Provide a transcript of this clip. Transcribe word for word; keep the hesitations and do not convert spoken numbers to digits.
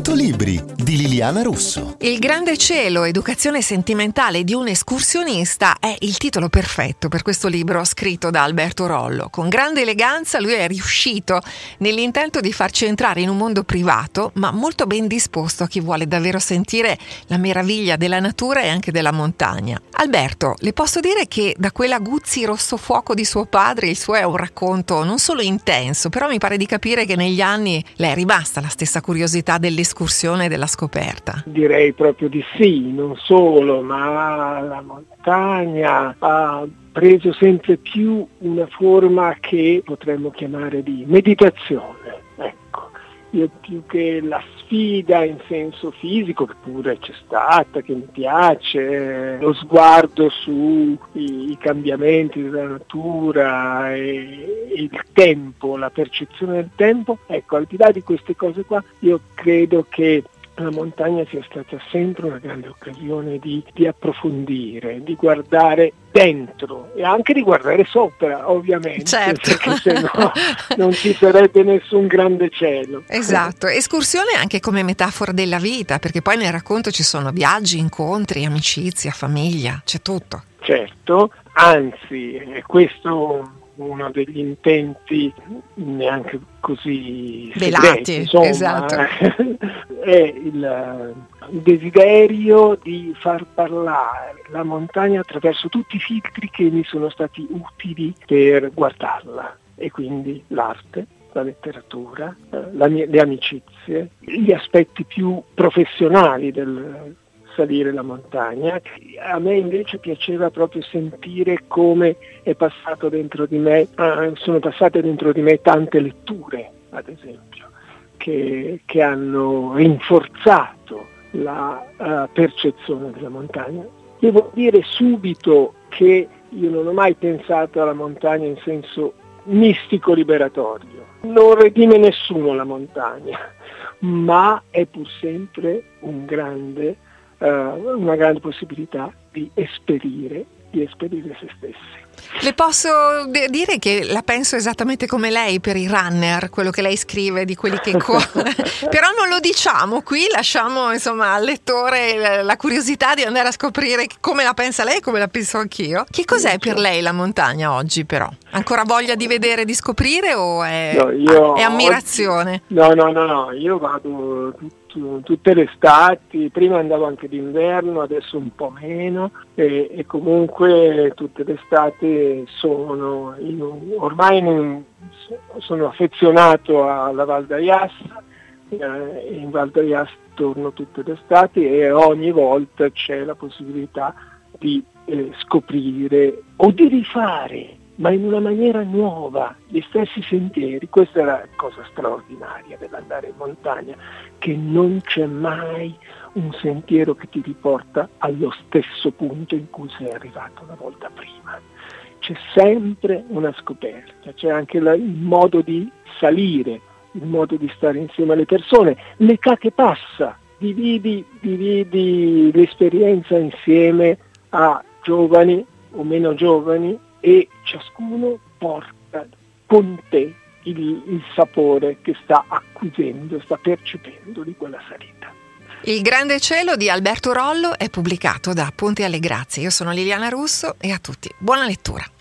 cento libri di Liliana Russo. Il grande cielo, educazione sentimentale di un escursionista è il titolo perfetto per questo libro scritto da Alberto Rollo. Con grande eleganza lui è riuscito nell'intento di farci entrare in un mondo privato, ma molto ben disposto a chi vuole davvero sentire la meraviglia della natura e anche della montagna. Alberto, le posso dire che da quella Guzzi rosso fuoco di suo padre il suo è un racconto non solo intenso, però mi pare di capire che negli anni le è rimasta la stessa curiosità dell'escursione e della scoperta. Direi proprio di sì, non solo, ma la montagna ha preso sempre più una forma che potremmo chiamare di meditazione. Ecco, io più che la sfida in senso fisico, che pure c'è stata, che mi piace, lo sguardo sui cambiamenti della natura e il tempo, la percezione del tempo, ecco, al di là di queste cose qua, io credo che la montagna sia stata sempre una grande occasione di, di approfondire, di guardare dentro e anche di guardare sopra, ovviamente, certo. Perché se no non ci sarebbe nessun grande cielo. Esatto, escursione anche come metafora della vita, perché poi nel racconto ci sono viaggi, incontri, amicizia, famiglia, c'è tutto. Certo, anzi, è questo uno degli intenti neanche così velati, segreti, insomma, esatto. È il desiderio di far parlare la montagna attraverso tutti i filtri che mi sono stati utili per guardarla, e quindi l'arte, la letteratura, la mia, le amicizie, gli aspetti più professionali del salire la montagna. A me invece piaceva proprio sentire come è passato dentro di me, eh, sono passate dentro di me tante letture, ad esempio, che, che hanno rinforzato la uh, percezione della montagna. Devo dire subito che io non ho mai pensato alla montagna in senso mistico liberatorio. Non redime nessuno la montagna, ma è pur sempre un grande Uh, una grande possibilità di esperire, di esperire se stessi. Le posso d- dire che la penso esattamente come lei per i runner, quello che lei scrive di quelli che corrono, però non lo diciamo qui, lasciamo insomma al lettore la curiosità di andare a scoprire come la pensa lei e come la penso anch'io. Che cos'è per lei la montagna oggi però? Ancora voglia di vedere, di scoprire o è, no, io è ammirazione? Oggi, no, no, no, no, io vado tutto, tutte le estati, prima andavo anche d'inverno, adesso un po' meno, e, e comunque tutte le estati sono in un, ormai in un, sono affezionato alla Val d'Aiassa, eh, in Val d'Aiassa torno tutte le estati e ogni volta c'è la possibilità di eh, scoprire o di rifare, ma in una maniera nuova, gli stessi sentieri. Questa è la cosa straordinaria dell'andare in montagna, che non c'è mai un sentiero che ti riporta allo stesso punto in cui sei arrivato la volta prima. C'è sempre una scoperta, c'è anche la, il modo di salire, il modo di stare insieme alle persone, l'età che passa, dividi, dividi l'esperienza insieme a giovani o meno giovani, e ciascuno porta con te il, il sapore che sta acquisendo, sta percependo di quella salita. Il grande cielo di Alberto Rollo è pubblicato da Ponte alle Grazie. Io sono Liliana Russo e a tutti buona lettura.